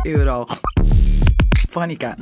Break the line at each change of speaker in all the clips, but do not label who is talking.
Eurofonica.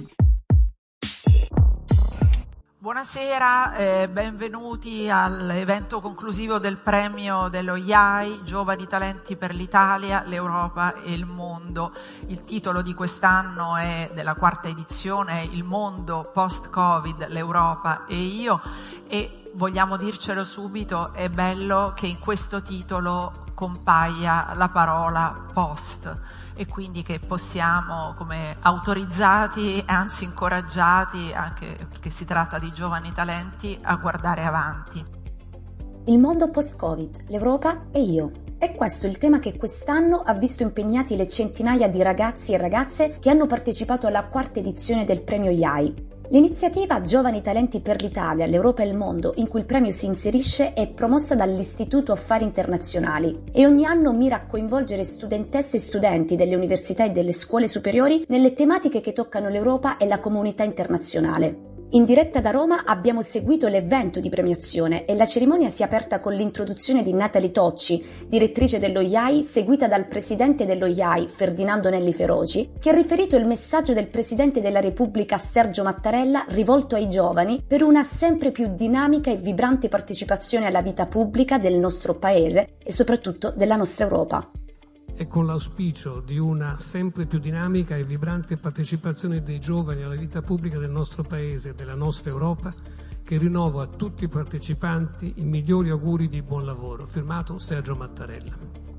Buonasera, benvenuti all'evento conclusivo del premio dello IAI, Giovani Talenti per l'Italia, l'Europa e il mondo. Il titolo di quest'anno è della quarta edizione, Il mondo post-Covid, l'Europa e io, e vogliamo dircelo subito, è bello che in questo titolo compaia la parola post, e quindi che possiamo, come autorizzati, anzi incoraggiati, anche perché si tratta di giovani talenti, a guardare avanti.
Il mondo post-Covid, l'Europa e io. È questo il tema che quest'anno ha visto impegnati le centinaia di ragazzi e ragazze che hanno partecipato alla quarta edizione del premio IAI. L'iniziativa Giovani Talenti per l'Italia, l'Europa e il mondo, in cui il premio si inserisce, è promossa dall'Istituto Affari Internazionali e ogni anno mira a coinvolgere studentesse e studenti delle università e delle scuole superiori nelle tematiche che toccano l'Europa e la comunità internazionale. In diretta da Roma abbiamo seguito l'evento di premiazione e la cerimonia si è aperta con l'introduzione di Natalie Tocci, direttrice dello IAI, seguita dal presidente dello IAI, Ferdinando Nelli Feroci, che ha riferito il messaggio del presidente della Repubblica, Sergio Mattarella, rivolto ai giovani per una sempre più dinamica e vibrante partecipazione alla vita pubblica del nostro paese e soprattutto della nostra Europa.
E con l'auspicio di una sempre più dinamica e vibrante partecipazione dei giovani alla vita pubblica del nostro Paese e della nostra Europa, che rinnovo a tutti i partecipanti i migliori auguri di buon lavoro. Firmato Sergio Mattarella.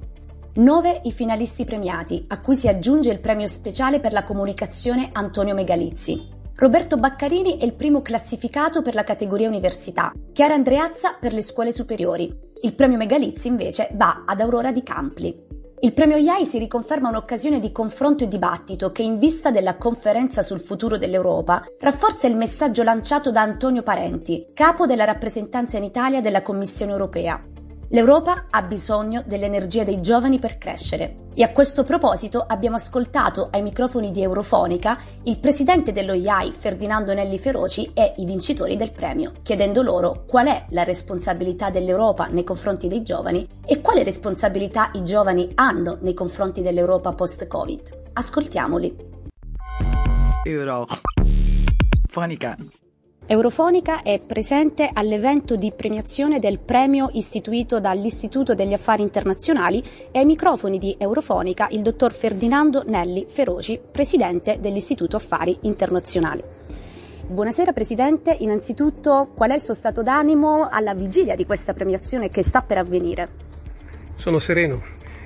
9 i finalisti premiati, a cui si aggiunge il premio speciale per la comunicazione Antonio Megalizzi. Roberto Baccarini è il primo classificato per la categoria università, Chiara Andreazza per le scuole superiori. Il premio Megalizzi invece va ad Aurora Di Campli. Il premio IAI si riconferma un'occasione di confronto e dibattito che, in vista della conferenza sul futuro dell'Europa, rafforza il messaggio lanciato da Antonio Parenti, capo della rappresentanza in Italia della Commissione europea. L'Europa ha bisogno dell'energia dei giovani per crescere. E a questo proposito abbiamo ascoltato ai microfoni di Eurofonica il presidente dello IAI, Ferdinando Nelli Feroci, e i vincitori del premio, chiedendo loro qual è la responsabilità dell'Europa nei confronti dei giovani e quale responsabilità i giovani hanno nei confronti dell'Europa post-Covid. Ascoltiamoli.
Eurofonica.
Eurofonica è presente all'evento di premiazione del premio istituito dall'Istituto degli Affari Internazionali e ai microfoni di Eurofonica il dottor Ferdinando Nelli Feroci, presidente dell'Istituto Affari Internazionali. Buonasera Presidente, innanzitutto qual è il suo stato d'animo alla vigilia di questa premiazione che sta per avvenire?
Sono sereno,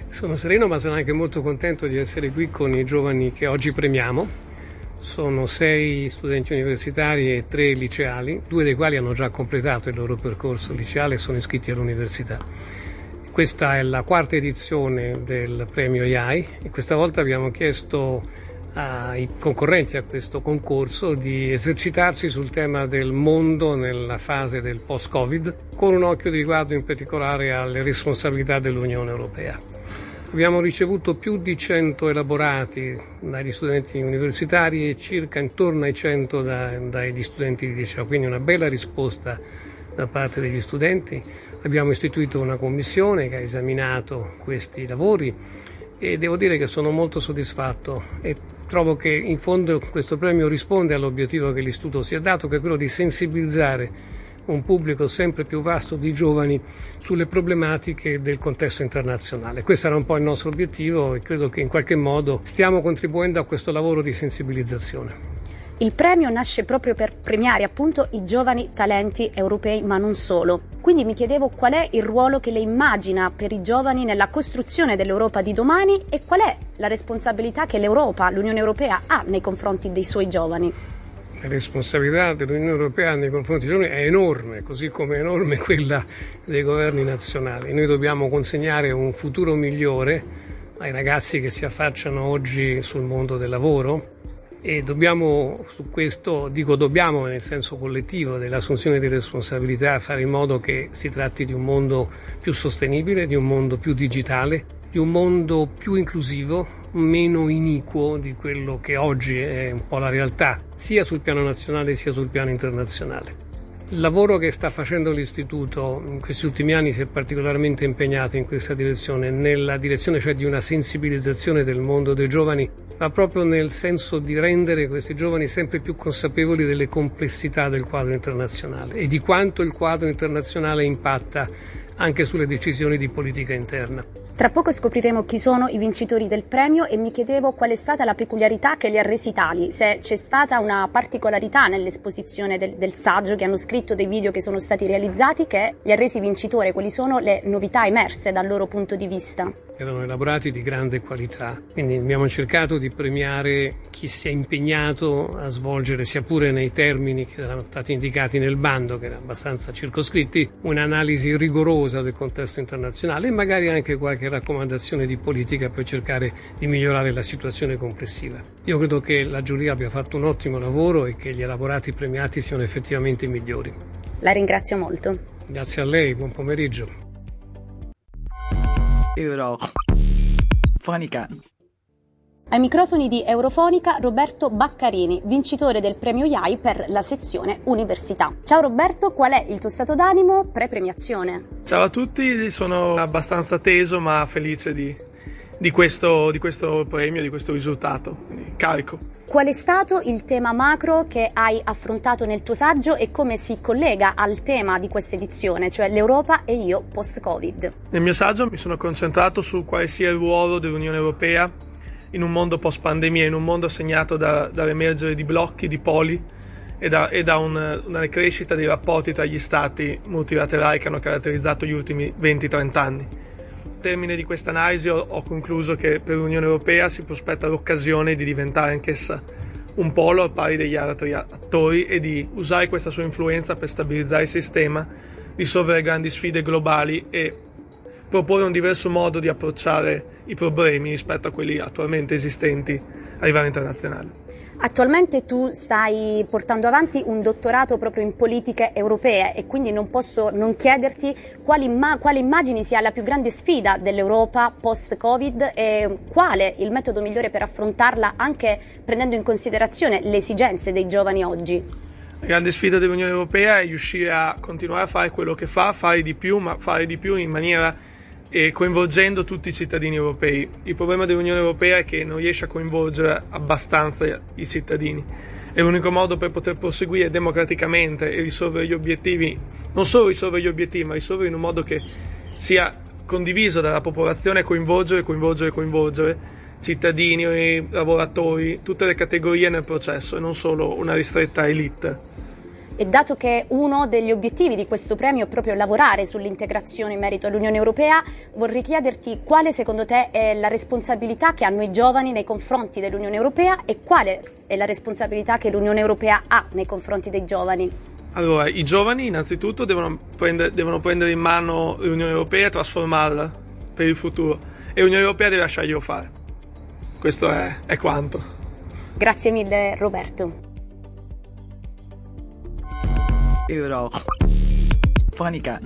ma sono anche molto contento di essere qui con i giovani che oggi premiamo. Sono 6 studenti universitari e 3 liceali, 2 dei quali hanno già completato il loro percorso liceale e sono iscritti all'università. Questa è la quarta edizione del premio IAI e questa volta abbiamo chiesto ai concorrenti a questo concorso di esercitarsi sul tema del mondo nella fase del post-Covid, con un occhio di riguardo in particolare alle responsabilità dell'Unione Europea. Abbiamo ricevuto più di 100 elaborati dagli studenti universitari e circa intorno ai 100 dagli studenti di liceo, quindi una bella risposta da parte degli studenti. Abbiamo istituito una commissione che ha esaminato questi lavori e devo dire che sono molto soddisfatto e trovo che in fondo questo premio risponde all'obiettivo che l'istituto si è dato, che è quello di sensibilizzare un pubblico sempre più vasto di giovani sulle problematiche del contesto internazionale. Questo era un po' il nostro obiettivo e credo che in qualche modo stiamo contribuendo a questo lavoro di sensibilizzazione.
Il premio nasce proprio per premiare appunto i giovani talenti europei, ma non solo. Quindi mi chiedevo qual è il ruolo che lei immagina per i giovani nella costruzione dell'Europa di domani e qual è la responsabilità che l'Europa, l'Unione Europea, ha nei confronti dei suoi giovani.
La responsabilità dell'Unione Europea nei confronti dei giovani è enorme, così come è enorme quella dei governi nazionali. Noi dobbiamo consegnare un futuro migliore ai ragazzi che si affacciano oggi sul mondo del lavoro e dobbiamo, su questo dico dobbiamo nel senso collettivo dell'assunzione di responsabilità, fare in modo che si tratti di un mondo più sostenibile, di un mondo più digitale, di un mondo più inclusivo, meno iniquo di quello che oggi è un po' la realtà, sia sul piano nazionale sia sul piano internazionale. Il lavoro che sta facendo l'Istituto in questi ultimi anni si è particolarmente impegnato in questa direzione, nella direzione cioè di una sensibilizzazione del mondo dei giovani, ma proprio nel senso di rendere questi giovani sempre più consapevoli delle complessità del quadro internazionale e di quanto il quadro internazionale impatta anche sulle decisioni di politica interna.
Tra poco scopriremo chi sono i vincitori del premio e mi chiedevo qual è stata la peculiarità che li ha resi tali, se c'è stata una particolarità nell'esposizione del saggio, che hanno scritto, dei video che sono stati realizzati, che li ha resi vincitori, quali sono le novità emerse dal loro punto di vista.
Erano elaborati di grande qualità, quindi abbiamo cercato di premiare chi si è impegnato a svolgere, sia pure nei termini che erano stati indicati nel bando, che erano abbastanza circoscritti, un'analisi rigorosa del contesto internazionale e magari anche qualche raccomandazione di politica per cercare di migliorare la situazione complessiva. Io credo che la giuria abbia fatto un ottimo lavoro e che gli elaborati premiati siano effettivamente i migliori.
La ringrazio molto.
Grazie a lei, buon pomeriggio.
Eurofonica.
Ai microfoni di Eurofonica Roberto Baccarini, vincitore del premio IAI per la sezione Università. Ciao Roberto, qual è il tuo stato d'animo pre-premiazione?
Ciao a tutti, sono abbastanza teso ma felice di questo premio, di questo risultato, quindi carico.
Qual è stato il tema macro che hai affrontato nel tuo saggio e come si collega al tema di questa edizione, cioè l'Europa e io post-Covid?
Nel mio saggio mi sono concentrato su quale sia il ruolo dell'Unione Europea in un mondo post-pandemia, in un mondo segnato dall'emergere di blocchi, di poli e da una crescita dei rapporti tra gli stati multilaterali che hanno caratterizzato gli ultimi 20-30 anni. Al termine di questa analisi ho concluso che per l'Unione Europea si prospetta l'occasione di diventare anch'essa un polo al pari degli altri attori e di usare questa sua influenza per stabilizzare il sistema, risolvere grandi sfide globali e proporre un diverso modo di approcciare i problemi rispetto a quelli attualmente esistenti a livello internazionale.
Attualmente tu stai portando avanti un dottorato proprio in politiche europee e quindi non posso non chiederti quale immagini sia la più grande sfida dell'Europa post-Covid e quale il metodo migliore per affrontarla, anche prendendo in considerazione le esigenze dei giovani oggi.
La grande sfida dell'Unione Europea è riuscire a continuare a fare quello che fa, fare di più, ma fare di più in maniera coinvolgendo tutti i cittadini europei. Il problema dell'Unione Europea è che non riesce a coinvolgere abbastanza i cittadini. È l'unico modo per poter proseguire democraticamente e risolvere gli obiettivi, non solo risolvere gli obiettivi, ma risolvere in un modo che sia condiviso dalla popolazione, coinvolgere cittadini, lavoratori, tutte le categorie nel processo e non solo una ristretta elite.
E dato che uno degli obiettivi di questo premio è proprio lavorare sull'integrazione in merito all'Unione Europea, vorrei chiederti quale secondo te è la responsabilità che hanno i giovani nei confronti dell'Unione Europea e quale è la responsabilità che l'Unione Europea ha nei confronti dei giovani?
Allora, i giovani innanzitutto devono prendere in mano l'Unione Europea e trasformarla per il futuro e l'Unione Europea deve lasciarglielo fare. Questo è quanto.
Grazie mille Roberto.
Eurofonica.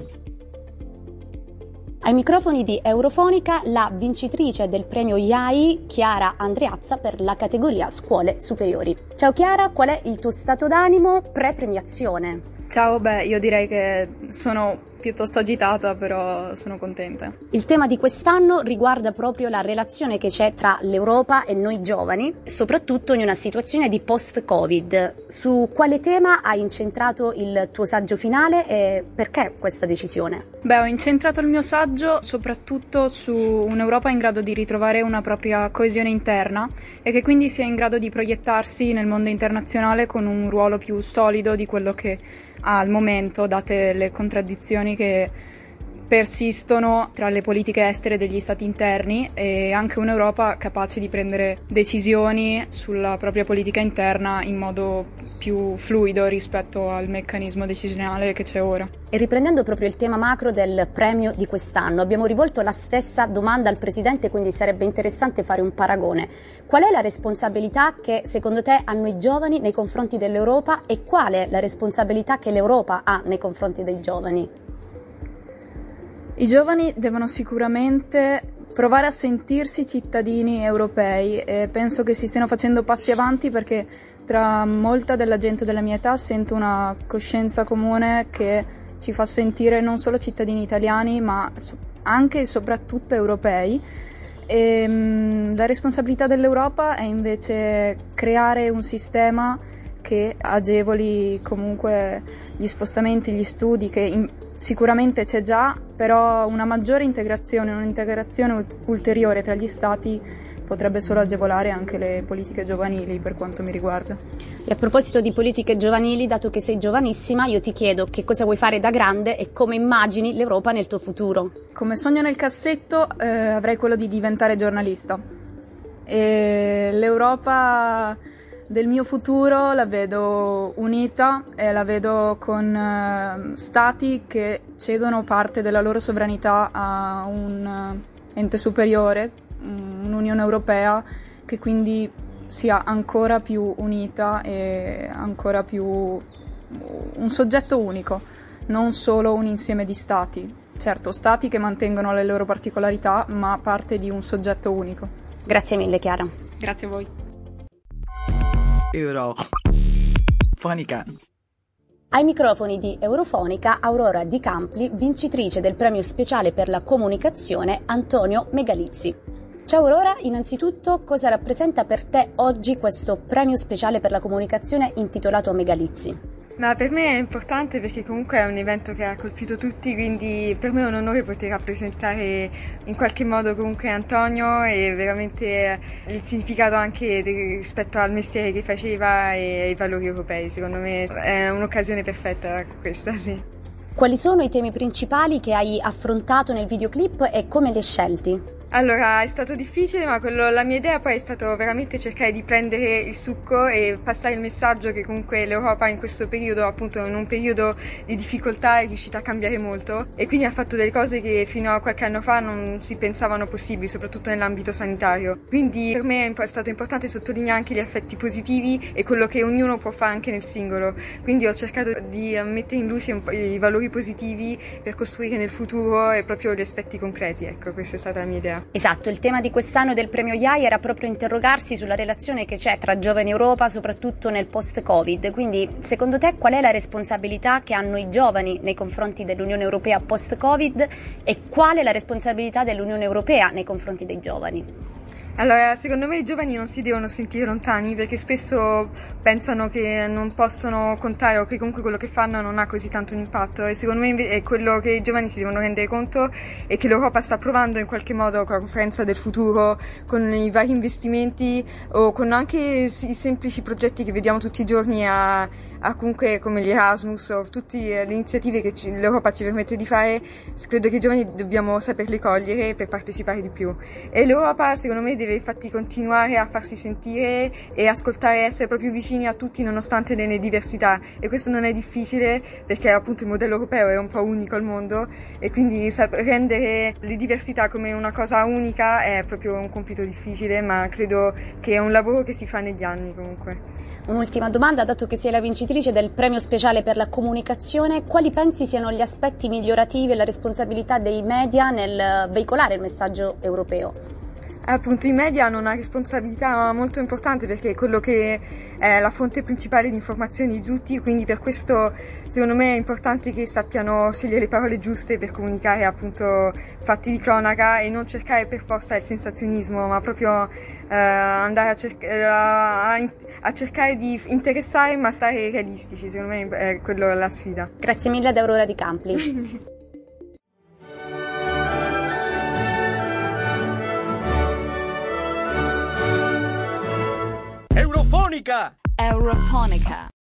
Ai microfoni di Eurofonica la vincitrice del premio IAI, Chiara Andreazza, per la categoria Scuole Superiori. Ciao Chiara, qual è il tuo stato d'animo pre-premiazione?
Ciao, io direi che sono piuttosto agitata, però sono contenta.
Il tema di quest'anno riguarda proprio la relazione che c'è tra l'Europa e noi giovani, soprattutto in una situazione di post-Covid. Su quale tema hai incentrato il tuo saggio finale e perché questa decisione?
Ho incentrato il mio saggio soprattutto su un'Europa in grado di ritrovare una propria coesione interna e che quindi sia in grado di proiettarsi nel mondo internazionale con un ruolo più solido di quello che ha al momento, date le contraddizioni che persistono tra le politiche estere degli stati interni, e anche un'Europa capace di prendere decisioni sulla propria politica interna in modo più fluido rispetto al meccanismo decisionale che c'è ora.
E riprendendo proprio il tema macro del premio di quest'anno, abbiamo rivolto la stessa domanda al Presidente, quindi sarebbe interessante fare un paragone. Qual è la responsabilità che secondo te hanno i giovani nei confronti dell'Europa e qual è la responsabilità che l'Europa ha nei confronti dei giovani?
I giovani devono sicuramente provare a sentirsi cittadini europei, e penso che si stiano facendo passi avanti perché tra molta della gente della mia età sento una coscienza comune che ci fa sentire non solo cittadini italiani ma anche e soprattutto europei. E la responsabilità dell'Europa è invece creare un sistema che agevoli comunque gli spostamenti, gli studi, che sicuramente c'è già, però una maggiore integrazione, un'integrazione ulteriore tra gli stati potrebbe solo agevolare anche le politiche giovanili per quanto mi riguarda.
E a proposito di politiche giovanili, dato che sei giovanissima, io ti chiedo che cosa vuoi fare da grande e come immagini l'Europa nel tuo futuro.
Come sogno nel cassetto avrei quello di diventare giornalista. E l'Europa del mio futuro la vedo unita e la vedo con stati che cedono parte della loro sovranità a un ente superiore, un'Unione Europea che quindi sia ancora più unita e ancora più un soggetto unico, non solo un insieme di stati. Certo, stati che mantengono le loro particolarità, ma parte di un soggetto unico.
Grazie mille, Chiara.
Grazie a voi.
Eurofonica.
Ai microfoni di Eurofonica, Aurora Di Campli, vincitrice del premio speciale per la comunicazione Antonio Megalizzi. Ciao Aurora, innanzitutto cosa rappresenta per te oggi questo premio speciale per la comunicazione intitolato Megalizzi?
Ma per me è importante perché comunque è un evento che ha colpito tutti, quindi per me è un onore poter rappresentare in qualche modo comunque Antonio e veramente il significato anche rispetto al mestiere che faceva e ai valori europei. Secondo me è un'occasione perfetta questa, sì.
Quali sono i temi principali che hai affrontato nel videoclip e come li hai scelti?
Allora, è stato difficile, ma la mia idea poi è stato veramente cercare di prendere il succo e passare il messaggio che comunque l'Europa in questo periodo, appunto in un periodo di difficoltà, è riuscita a cambiare molto e quindi ha fatto delle cose che fino a qualche anno fa non si pensavano possibili, soprattutto nell'ambito sanitario. Quindi per me è stato importante sottolineare anche gli effetti positivi e quello che ognuno può fare anche nel singolo. Quindi ho cercato di mettere in luce i valori positivi per costruire nel futuro e proprio gli aspetti concreti. Ecco, questa è stata la mia idea.
Esatto, il tema di quest'anno del premio IAI era proprio interrogarsi sulla relazione che c'è tra giovani Europa, soprattutto nel post-Covid. Quindi, secondo te, qual è la responsabilità che hanno i giovani nei confronti dell'Unione Europea post-Covid e qual è la responsabilità dell'Unione Europea nei confronti dei giovani?
Allora, secondo me i giovani non si devono sentire lontani perché spesso pensano che non possono contare o che comunque quello che fanno non ha così tanto un impatto e secondo me è quello che i giovani si devono rendere conto e che l'Europa sta provando in qualche modo con la conferenza del futuro, con i vari investimenti o con anche i semplici progetti che vediamo tutti i giorni a comunque come gli Erasmus o tutte le iniziative che l'Europa ci permette di fare. Credo che i giovani dobbiamo saperle cogliere per partecipare di più e l'Europa secondo me deve infatti continuare a farsi sentire e ascoltare, essere proprio vicini a tutti nonostante le diversità e questo non è difficile perché appunto il modello europeo è un po' unico al mondo e quindi rendere le diversità come una cosa unica è proprio un compito difficile, ma credo che è un lavoro che si fa negli anni comunque.
Un'ultima domanda, dato che sei la vincitrice del premio speciale per la comunicazione, quali pensi siano gli aspetti migliorativi e la responsabilità dei media nel veicolare il messaggio europeo?
Appunto i media hanno una responsabilità molto importante perché è quello che è la fonte principale di informazioni di tutti, quindi per questo secondo me è importante che sappiano scegliere le parole giuste per comunicare appunto fatti di cronaca e non cercare per forza il sensazionismo, ma proprio andare a cercare di interessare ma stare realistici. Secondo me è quello la sfida.
Grazie mille ad Aurora Di Campli.
Eurofonica!